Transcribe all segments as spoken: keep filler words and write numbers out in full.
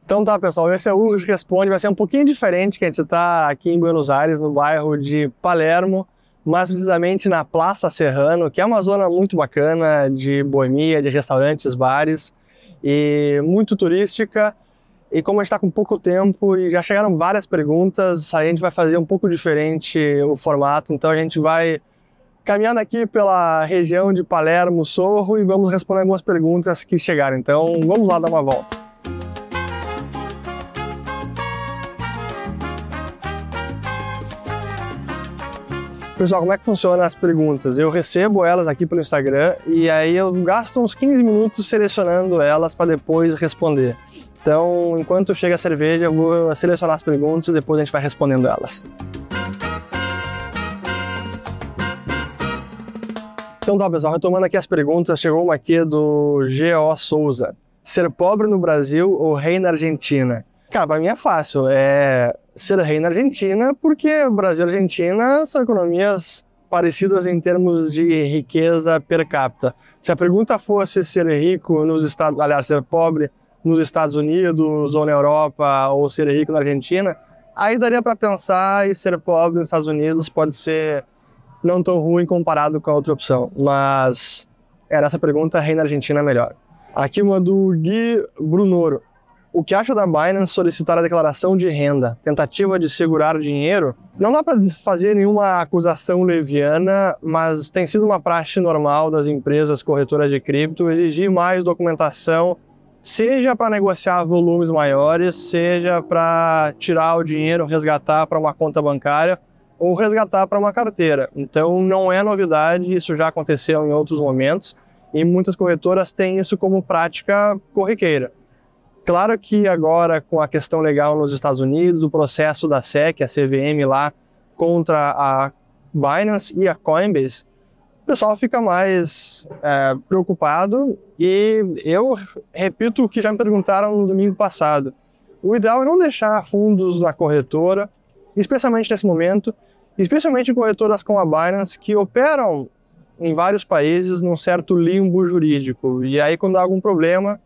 Então tá, pessoal, esse é o Hugo Responde, vai ser um pouquinho diferente, que a gente está aqui em Buenos Aires, no bairro de Palermo, mais precisamente na Plaza Serrano, que é uma zona muito bacana de boemia, de restaurantes, bares, e muito turística. E como a gente está com pouco tempo e já chegaram várias perguntas, a gente vai fazer um pouco diferente o formato, então a gente vai caminhando aqui pela região de Palermo, Sorro, e vamos responder algumas perguntas que chegaram. Então vamos lá dar uma volta. Pessoal, como é que funciona as perguntas? Eu recebo elas aqui pelo Instagram e aí eu gasto uns quinze minutos selecionando elas para depois responder. Então, enquanto chega a cerveja, eu vou selecionar as perguntas e depois a gente vai respondendo elas. Então tá, pessoal, retomando aqui as perguntas, chegou uma aqui do G O Souza. Ser pobre no Brasil ou rei na Argentina? Cara, para mim é fácil, é ser rei na Argentina, porque Brasil e Argentina são economias parecidas em termos de riqueza per capita. Se a pergunta fosse ser rico nos Estados, aliás, ser pobre nos Estados Unidos ou na Europa, ou ser rico na Argentina, aí daria para pensar, e ser pobre nos Estados Unidos pode ser não tão ruim comparado com a outra opção, mas era essa pergunta, rei na Argentina é melhor. Aqui uma do Gui Brunoro. O que acha da Binance solicitar a declaração de renda? Tentativa de segurar o dinheiro? Não dá para fazer nenhuma acusação leviana, mas tem sido uma praxe normal das empresas corretoras de cripto exigir mais documentação, seja para negociar volumes maiores, seja para tirar o dinheiro, resgatar para uma conta bancária ou resgatar para uma carteira. Então não é novidade, isso já aconteceu em outros momentos e muitas corretoras têm isso como prática corriqueira. Claro que agora, com a questão legal nos Estados Unidos, o processo da S E C, a C V M lá, contra a Binance e a Coinbase, o pessoal fica mais é, preocupado e eu repito o que já me perguntaram no domingo passado. O ideal é não deixar fundos na corretora, especialmente nesse momento, especialmente em corretoras como a Binance, que operam em vários países num certo limbo jurídico. E aí, quando há algum problema,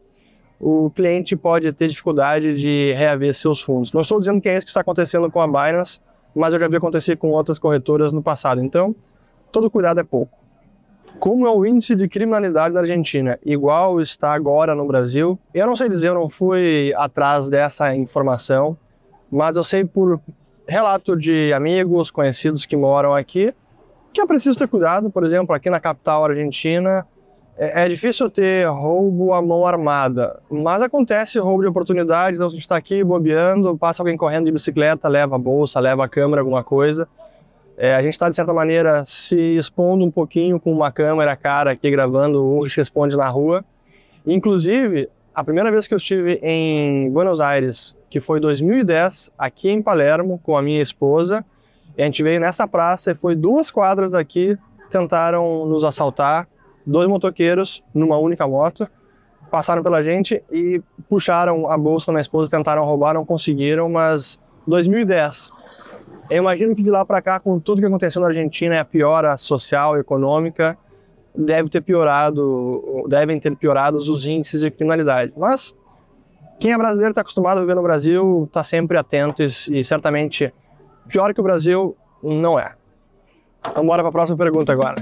o cliente pode ter dificuldade de reaver seus fundos. Não estou dizendo que é isso que está acontecendo com a Binance, mas eu já vi acontecer com outras corretoras no passado. Então, todo cuidado é pouco. Como é o índice de criminalidade na Argentina? Igual está agora no Brasil? Eu não sei dizer, eu não fui atrás dessa informação, mas eu sei por relato de amigos, conhecidos que moram aqui, que é preciso ter cuidado. Por exemplo, aqui na capital argentina, é difícil ter roubo à mão armada, mas acontece roubo de oportunidade. Então a gente está aqui bobeando, passa alguém correndo de bicicleta, leva a bolsa, leva a câmera, alguma coisa. É, a gente está, de certa maneira, se expondo um pouquinho com uma câmera cara aqui gravando o Hugo Responde na rua. Inclusive, a primeira vez que eu estive em Buenos Aires, que foi em dois mil e dez, aqui em Palermo, com a minha esposa, e a gente veio nessa praça e foi duas quadras daqui, tentaram nos assaltar. Dois motoqueiros numa única moto passaram pela gente e puxaram a bolsa da minha esposa, tentaram roubar, não conseguiram, mas dois mil e dez. Eu imagino que de lá para cá, com tudo que aconteceu na Argentina, a piora social e econômica, deve ter piorado, devem ter piorado os índices de criminalidade. Mas quem é brasileiro, está acostumado a viver no Brasil, está sempre atento e, e certamente pior que o Brasil não é. Vamos embora para a próxima pergunta agora.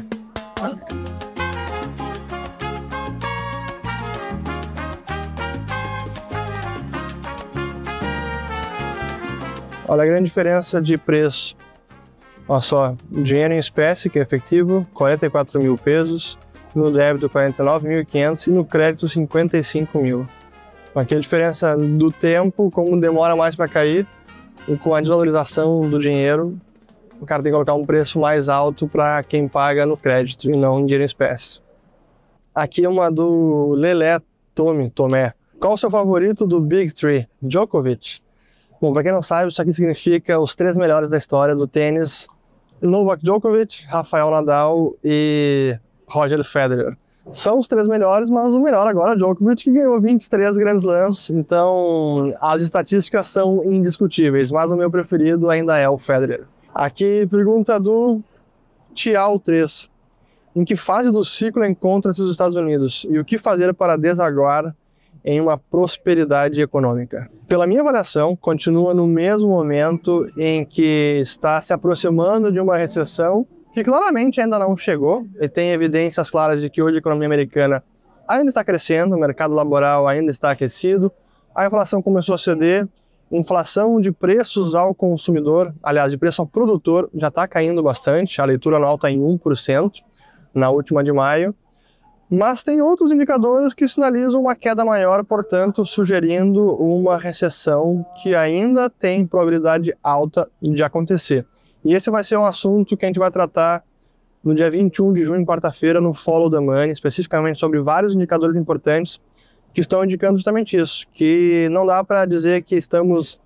Olha a grande diferença de preço. Olha só, dinheiro em espécie, que é efetivo, quarenta e quatro mil pesos, no débito quarenta e nove mil e quinhentos e no crédito cinquenta e cinco mil. Aqui a diferença do tempo, como demora mais para cair, e com a desvalorização do dinheiro, o cara tem que colocar um preço mais alto para quem paga no crédito e não em dinheiro em espécie. Aqui uma do Lelé Tome, Tomé. Qual o seu favorito do Big Three? Djokovic? Bom, para quem não sabe, isso aqui significa os três melhores da história do tênis: Novak Djokovic, Rafael Nadal e Roger Federer. São os três melhores, mas o melhor agora é Djokovic, que ganhou vinte e três Grand Slams, então as estatísticas são indiscutíveis, mas o meu preferido ainda é o Federer. Aqui, pergunta do Tial três. Em que fase do ciclo encontra-se os Estados Unidos e o que fazer para desaguar em uma prosperidade econômica? Pela minha avaliação, continua no mesmo momento em que está se aproximando de uma recessão que claramente ainda não chegou, e tem evidências claras de que hoje a economia americana ainda está crescendo, o mercado laboral ainda está aquecido, a inflação começou a ceder, inflação de preços ao consumidor, aliás, de preço ao produtor, já está caindo bastante, a leitura anual está em um por cento na última de maio, mas tem outros indicadores que sinalizam uma queda maior, portanto, sugerindo uma recessão que ainda tem probabilidade alta de acontecer. E esse vai ser um assunto que a gente vai tratar no dia vinte e um de junho, quarta-feira, no Follow the Money, especificamente sobre vários indicadores importantes que estão indicando justamente isso, que não dá para dizer que estamos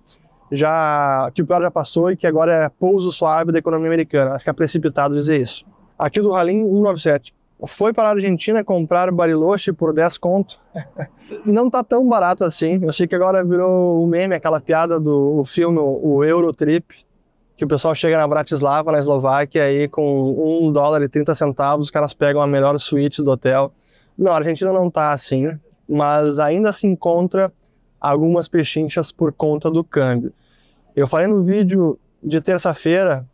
já, que o pior já passou e que agora é pouso suave da economia americana. Acho que é precipitado dizer isso. Aqui do Halim cento e noventa e sete. Foi para a Argentina comprar Bariloche por dez conto. Não tá tão barato assim. Eu sei que agora virou um meme, aquela piada do filme, o Eurotrip, que o pessoal chega na Bratislava, na Eslováquia, aí com um dólar e trinta centavos, os caras pegam a melhor suíte do hotel. Não, a Argentina não tá assim, mas ainda se encontra algumas pechinchas por conta do câmbio. Eu falei no vídeo de terça-feira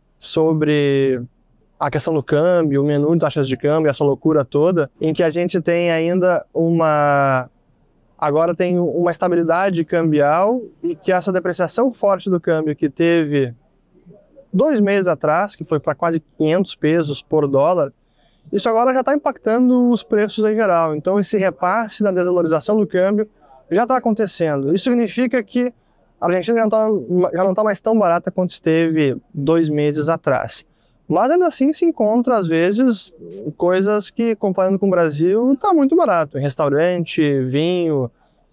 sobre a questão do câmbio, o menu de taxas de câmbio, essa loucura toda, em que a gente tem ainda uma... Agora tem uma estabilidade cambial e que essa depreciação forte do câmbio que teve dois meses atrás, que foi para quase quinhentos pesos por dólar, isso agora já está impactando os preços em geral. Então esse repasse da desvalorização do câmbio já está acontecendo. Isso significa que a Argentina já não está já não tá mais tão barata quanto esteve dois meses atrás. Mas ainda assim se encontra, às vezes, coisas que, comparando com o Brasil, está muito barato. Restaurante, vinho,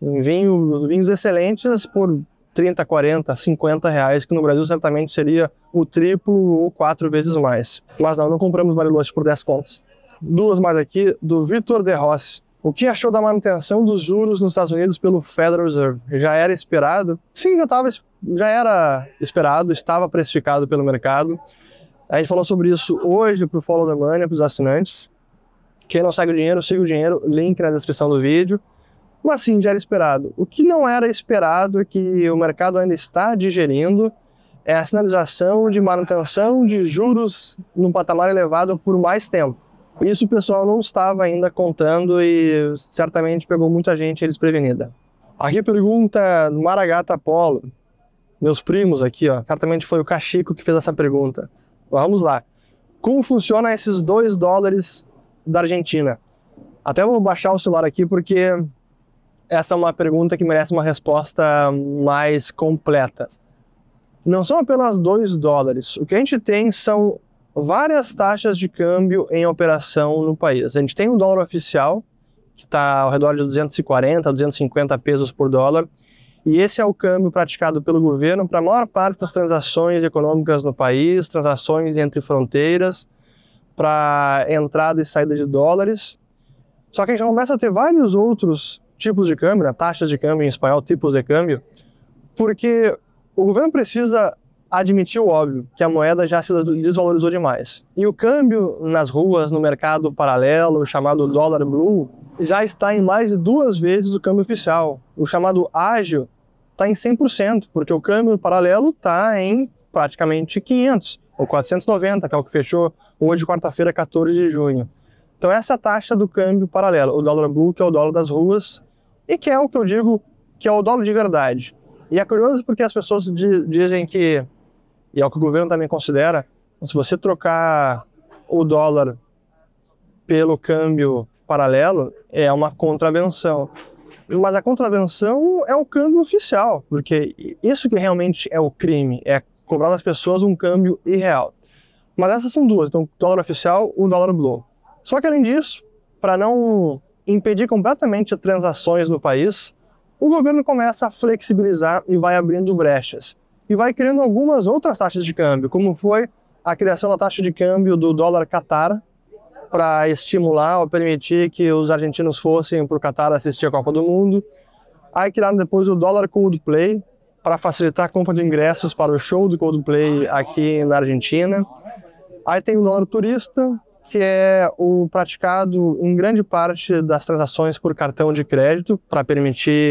vinho, vinhos excelentes por trinta, quarenta, cinquenta reais, que no Brasil certamente seria o triplo ou quatro vezes mais. Mas não, não compramos Bariloche por dez contos. Duas mais aqui, do Vitor De Rossi. O que achou da manutenção dos juros nos Estados Unidos pelo Federal Reserve? Já era esperado? Sim, já, tava, já era esperado, estava precificado pelo mercado. A gente falou sobre isso hoje para o Follow the Money, para os assinantes. Quem não segue o dinheiro, siga o dinheiro, link na descrição do vídeo. Mas sim, já era esperado. O que não era esperado é que o mercado ainda está digerindo é a sinalização de manutenção de juros num patamar elevado por mais tempo. Isso o pessoal não estava ainda contando e certamente pegou muita gente desprevenida. Aqui pergunta Maragata Apolo, meus primos aqui, ó, certamente foi o Cachico que fez essa pergunta. Vamos lá. Como funciona esses dois dólares da Argentina? Até vou baixar o celular aqui porque essa é uma pergunta que merece uma resposta mais completa. Não são apenas dois dólares. O que a gente tem são várias taxas de câmbio em operação no país. A gente tem o dólar oficial, que está ao redor de duzentos e quarenta, duzentos e cinquenta pesos por dólar. E esse é o câmbio praticado pelo governo para a maior parte das transações econômicas no país, transações entre fronteiras, para entrada e saída de dólares. Só que a gente começa a ter vários outros tipos de câmbio, né? Taxas de câmbio em espanhol, tipos de câmbio, porque o governo precisa admitir o óbvio, que a moeda já se desvalorizou demais. E o câmbio nas ruas, no mercado paralelo, chamado dólar blue, já está em mais de duas vezes o câmbio oficial. O chamado ágil está em cem por cento, porque o câmbio paralelo está em praticamente quinhentos, ou quatrocentos e noventa, que é o que fechou hoje, quarta-feira, quatorze de junho. Então essa é a taxa do câmbio paralelo, o dólar blue, que é o dólar das ruas, e que é o que eu digo que é o dólar de verdade. E é curioso porque as pessoas dizem que, e é o que o governo também considera, se você trocar o dólar pelo câmbio paralelo, é uma contravenção. Mas a contravenção é o câmbio oficial, porque isso que realmente é o crime, é cobrar das pessoas um câmbio irreal. Mas essas são duas, então dólar oficial e o dólar blue. Só que além disso, para não impedir completamente as transações no país, o governo começa a flexibilizar e vai abrindo brechas. E vai criando algumas outras taxas de câmbio, como foi a criação da taxa de câmbio do dólar Qatar, para estimular ou permitir que os argentinos fossem para o Qatar assistir a Copa do Mundo. Aí criaram depois o dólar Coldplay, para facilitar a compra de ingressos para o show do Coldplay aqui na Argentina. Aí tem o dólar turista, que é o praticado em grande parte das transações por cartão de crédito, para permitir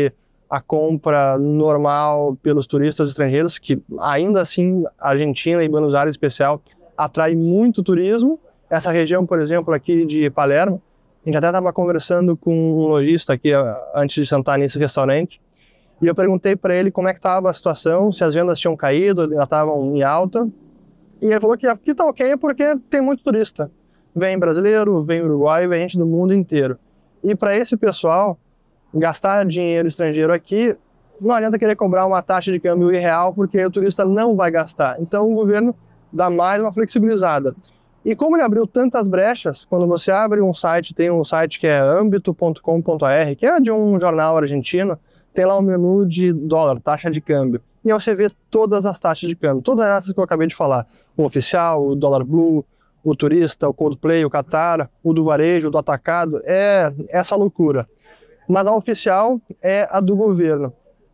a compra normal pelos turistas estrangeiros, que ainda assim a Argentina e Buenos Aires em especial atrai muito turismo. Essa região, por exemplo, aqui de Palermo, a gente até estava conversando com um lojista aqui antes de sentar nesse restaurante, e eu perguntei para ele como é que estava a situação, se as vendas tinham caído, ainda estavam em alta, e ele falou que aqui está ok porque tem muito turista. Vem brasileiro, vem uruguaio, vem gente do mundo inteiro. E para esse pessoal, gastar dinheiro estrangeiro aqui, não adianta querer cobrar uma taxa de câmbio irreal, porque o turista não vai gastar. Então o governo dá mais uma flexibilizada. E como ele abriu tantas brechas, quando você abre um site, tem um site que é ambito ponto com ponto a r, que é de um jornal argentino, tem lá um menu de dólar, taxa de câmbio. E aí você vê todas as taxas de câmbio, todas essas que eu acabei de falar. O oficial, o dólar blue, o turista, o Coldplay, o Qatar, o do varejo, o do atacado, é essa loucura. Mas a oficial é a do governo.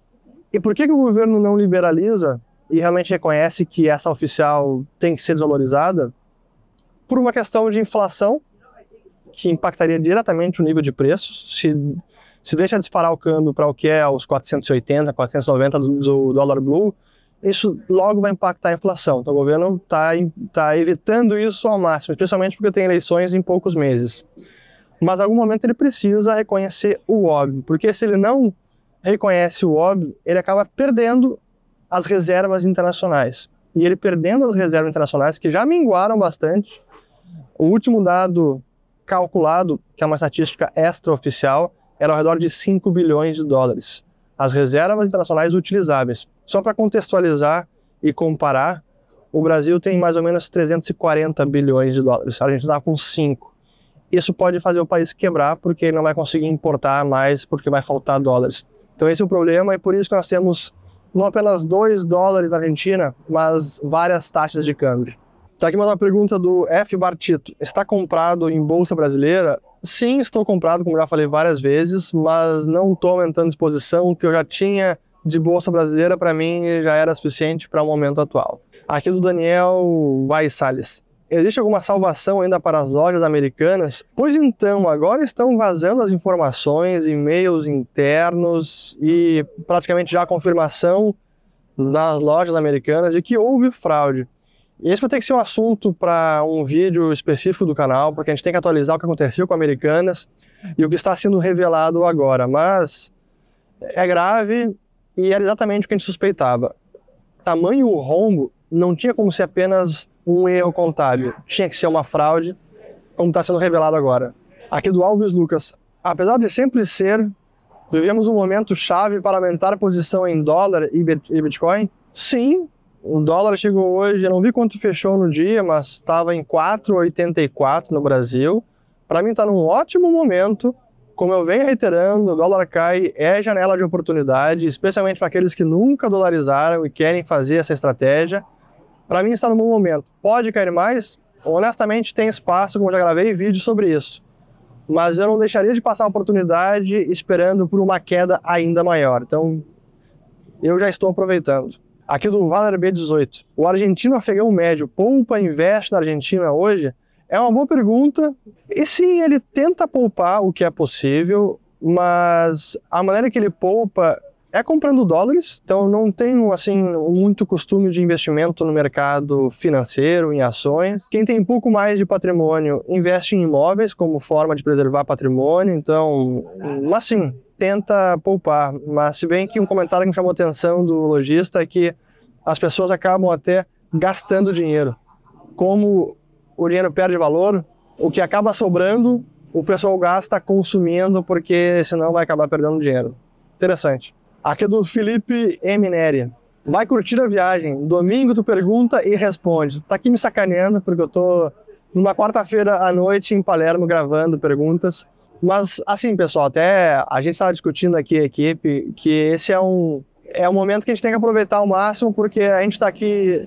E por que que o governo não liberaliza e realmente reconhece que essa oficial tem que ser desvalorizada? Por uma questão de inflação, que impactaria diretamente o nível de preços. Se, se deixa disparar o câmbio para o que é os quatrocentos e oitenta, quatrocentos e noventa do, do dólar blue, isso logo vai impactar a inflação. Então o governo está tá evitando isso ao máximo, especialmente porque tem eleições em poucos meses. Mas em algum momento ele precisa reconhecer o óbvio, porque se ele não reconhece o óbvio, ele acaba perdendo as reservas internacionais. E ele perdendo as reservas internacionais, que já minguaram bastante, o último dado calculado, que é uma estatística extraoficial, era ao redor de cinco bilhões de dólares. As reservas internacionais utilizáveis. Só para contextualizar e comparar, o Brasil tem mais ou menos trezentos e quarenta bilhões de dólares, a gente está com cinco. Isso pode fazer o país quebrar, porque ele não vai conseguir importar mais, porque vai faltar dólares. Então esse é o problema, e por isso que nós temos não apenas dois dólares na Argentina, mas várias taxas de câmbio. Tá aqui mais uma pergunta do F. Bartito. Está comprado em bolsa brasileira? Sim, estou comprado, como já falei várias vezes, mas não estou aumentando a exposição. O que eu já tinha de bolsa brasileira, para mim, já era suficiente para o momento atual. Aqui do Daniel Vais Salles. Existe alguma salvação ainda para as lojas americanas? Pois então, agora estão vazando as informações, e-mails internos e praticamente já a confirmação das lojas americanas de que houve fraude. E esse vai ter que ser um assunto para um vídeo específico do canal, porque a gente tem que atualizar o que aconteceu com Americanas e o que está sendo revelado agora. Mas é grave e era exatamente o que a gente suspeitava. Tamanho rombo não tinha como ser apenas um erro contábil, tinha que ser uma fraude, como está sendo revelado agora. Aqui do Alves Lucas. Apesar de sempre ser, vivemos um momento chave para aumentar a posição em dólar e Bitcoin? Sim, o dólar chegou hoje, eu não vi quanto fechou no dia, mas estava em quatro vírgula oitenta e quatro no Brasil. Para mim está num ótimo momento. Como eu venho reiterando, o dólar cai é janela de oportunidade, especialmente para aqueles que nunca dolarizaram e querem fazer essa estratégia. Para mim está no bom momento. Pode cair mais? Honestamente tem espaço, como já gravei vídeo sobre isso. Mas eu não deixaria de passar a oportunidade esperando por uma queda ainda maior. Então, eu já estou aproveitando. Aqui do Valer B dezoito. O argentino afegão médio poupa e investe na Argentina hoje? É uma boa pergunta. E sim, ele tenta poupar o que é possível, mas a maneira que ele poupa é comprando dólares. Então não tenho assim muito costume de investimento no mercado financeiro, em ações. Quem tem um pouco mais de patrimônio investe em imóveis como forma de preservar patrimônio. Então, assim, tenta poupar. Mas se bem que um comentário que me chamou a atenção do lojista é que as pessoas acabam até gastando dinheiro. Como o dinheiro perde valor, o que acaba sobrando, o pessoal gasta consumindo, porque senão vai acabar perdendo dinheiro. Interessante. Aqui é do Felipe M. Neri. Vai curtir a viagem. Domingo tu pergunta e responde. Tá aqui me sacaneando, porque eu tô numa quarta-feira à noite em Palermo gravando perguntas. Mas assim, pessoal, até a gente estava discutindo aqui a equipe que esse é um, é um momento que a gente tem que aproveitar ao máximo, porque a gente está aqui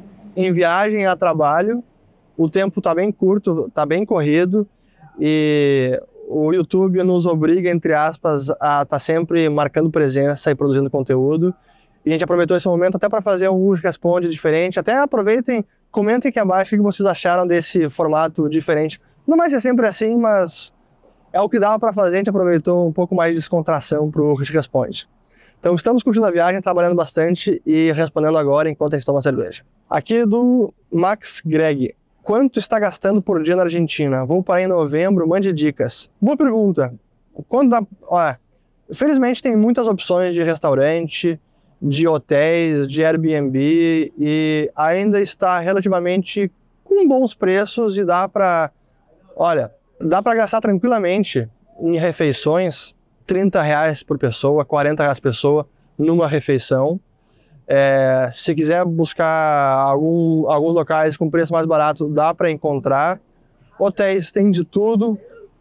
em viagem a trabalho. O tempo está bem curto, está bem corrido e o YouTube nos obriga, entre aspas, a estar tá sempre marcando presença e produzindo conteúdo. E a gente aproveitou esse momento até para fazer um Responde diferente. Até aproveitem, comentem aqui abaixo o que vocês acharam desse formato diferente. Não vai ser sempre assim, mas é o que dava para fazer. A gente aproveitou um pouco mais de descontração para o Responde. Então estamos curtindo a viagem, trabalhando bastante e respondendo agora enquanto a gente toma cerveja. Aqui do Max Greg. Quanto está gastando por dia na Argentina? Vou para em novembro, mande dicas. Boa pergunta. Quanto dá... Olha, felizmente tem muitas opções de restaurante, de hotéis, de Airbnb e ainda está relativamente com bons preços e dá para... Olha, dá para gastar tranquilamente em refeições trinta reais por pessoa, quarenta reais por pessoa numa refeição. É, se quiser buscar algum, alguns locais com preço mais barato, dá para encontrar. Hotéis tem de tudo.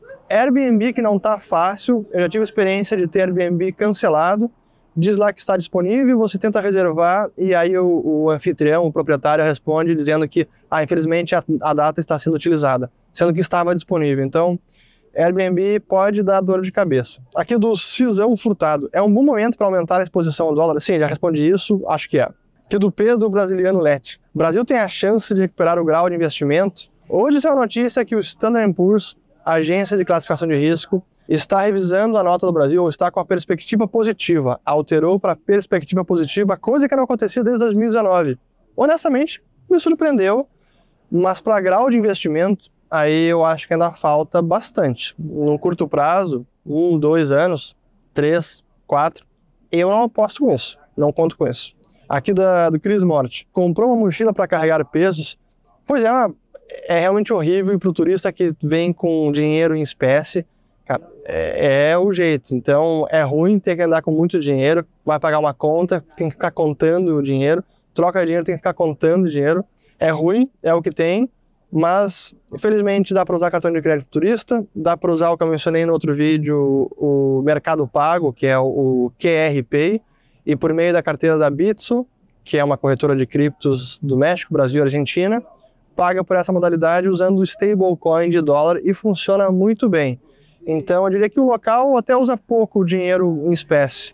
Airbnb que não está fácil, eu já tive experiência de ter Airbnb cancelado, diz lá que está disponível, você tenta reservar e aí o, o anfitrião, o proprietário responde dizendo que ah, infelizmente a, a data está sendo utilizada, sendo que estava disponível. Então, Airbnb pode dar dor de cabeça. Aqui do Cisão Furtado, é um bom momento para aumentar a exposição ao dólar? Sim, já respondi isso, acho que é. Aqui do Pedro Brasiliano Lete. O Brasil tem a chance de recuperar o grau de investimento? Hoje saiu a notícia que o Standard and Poor's, agência de classificação de risco, está revisando a nota do Brasil, ou está com a perspectiva positiva. Alterou para perspectiva positiva, coisa que não acontecia desde dois mil e dezenove. Honestamente, me surpreendeu, mas para grau de investimento, aí eu acho que ainda falta bastante. No curto prazo, um, dois anos, três, quatro, eu não aposto com isso, não conto com isso. Aqui da, do Cris Morte, comprou uma mochila para carregar pesos? Pois é, uma, é realmente horrível para o turista que vem com dinheiro em espécie. Cara, é, é o jeito. Então é ruim ter que andar com muito dinheiro, vai pagar uma conta, tem que ficar contando o dinheiro, troca dinheiro, tem que ficar contando o dinheiro. É ruim, é o que tem. Mas, infelizmente, dá para usar cartão de crédito turista, dá para usar o que eu mencionei no outro vídeo, o Mercado Pago, que é o Q R Pay, e por meio da carteira da Bitso, que é uma corretora de criptos do México, Brasil e Argentina, paga por essa modalidade usando o stablecoin de dólar e funciona muito bem. Então, eu diria que o local até usa pouco dinheiro em espécie.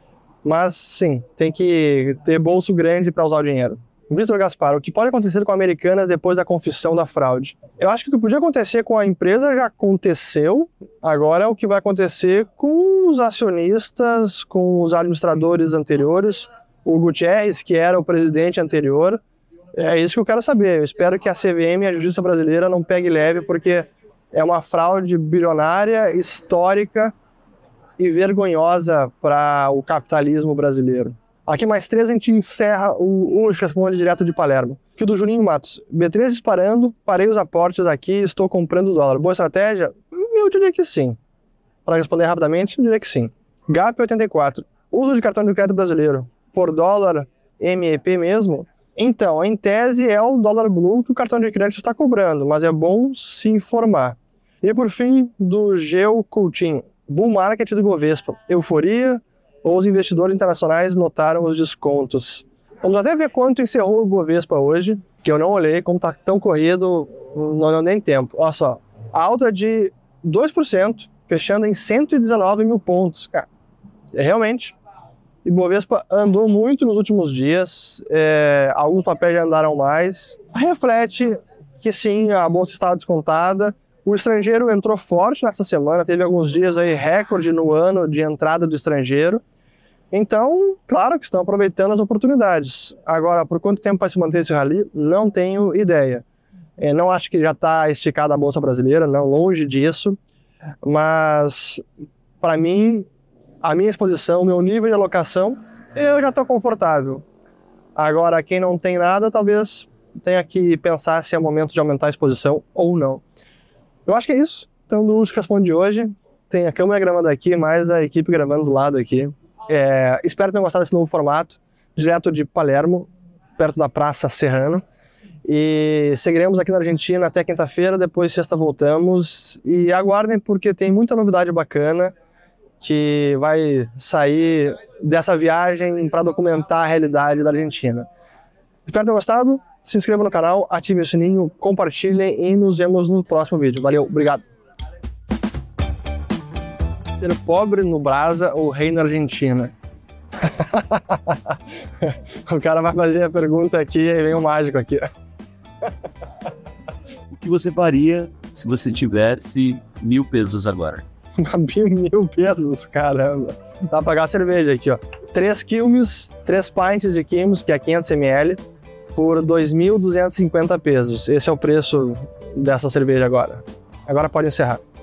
Mas, sim, tem que ter bolso grande para usar o dinheiro. Vitor Gaspar, o que pode acontecer com Americanas depois da confissão da fraude? Eu acho que o que podia acontecer com a empresa já aconteceu, agora é o que vai acontecer com os acionistas, com os administradores anteriores, o Gutierrez, que era o presidente anterior, é isso que eu quero saber. Eu espero que a C V M e a Justiça Brasileira não pegue leve, porque é uma fraude bilionária, histórica e vergonhosa para o capitalismo brasileiro. Aqui mais três, a gente encerra o, o responde direto de Palermo. Aqui do Juninho Matos. B três disparando, parei os aportes aqui, estou comprando dólar. Boa estratégia? Eu diria que sim. Para responder rapidamente, eu diria que sim. G A P oitenta e quatro. Uso de cartão de crédito brasileiro por dólar M E P mesmo? Então, em tese é o dólar blue que o cartão de crédito está cobrando, mas é bom se informar. E por fim, do Geo Coutinho. Bull market do Bovespa. Euforia? Ou os investidores internacionais notaram os descontos? Vamos até ver quanto encerrou o Bovespa hoje, que eu não olhei, como está tão corrido, não deu nem tempo. Olha só, alta de dois por cento, fechando em cento e dezenove mil pontos. Cara, realmente, o Bovespa andou muito nos últimos dias, é, alguns papéis já andaram mais. Reflete que sim, a bolsa estava descontada. O estrangeiro entrou forte nessa semana, teve alguns dias aí recorde no ano de entrada do estrangeiro. Então, claro que estão aproveitando as oportunidades. Agora, por quanto tempo vai se manter esse rally? Não tenho ideia. É, não acho que já está esticada a Bolsa Brasileira, não, longe disso. Mas, para mim, a minha exposição, o meu nível de alocação, eu já estou confortável. Agora, quem não tem nada, talvez tenha que pensar se é momento de aumentar a exposição ou não. Eu acho que é isso. Então, no Último Responde de hoje, tem a câmera gravando aqui, mais a equipe gravando do lado aqui. É, espero que tenham gostado desse novo formato, direto de Palermo, perto da Praça Serrano. E seguiremos aqui na Argentina até quinta-feira, depois sexta voltamos. E aguardem, porque tem muita novidade bacana que vai sair dessa viagem para documentar a realidade da Argentina. Espero que tenham gostado. Se inscrevam no canal, ativem o sininho, compartilhem e nos vemos no próximo vídeo. Valeu, obrigado. Ser pobre no Brasa ou rei na Argentina? O cara vai fazer a pergunta aqui e vem o mágico aqui. O que você faria se você tivesse mil pesos agora? Mil pesos, caramba. Dá pra pagar a cerveja aqui, ó. três quilmes, três pints de quilmes, que é quinhentos mililitros, por dois mil duzentos e cinquenta pesos. Esse é o preço dessa cerveja agora. Agora pode encerrar.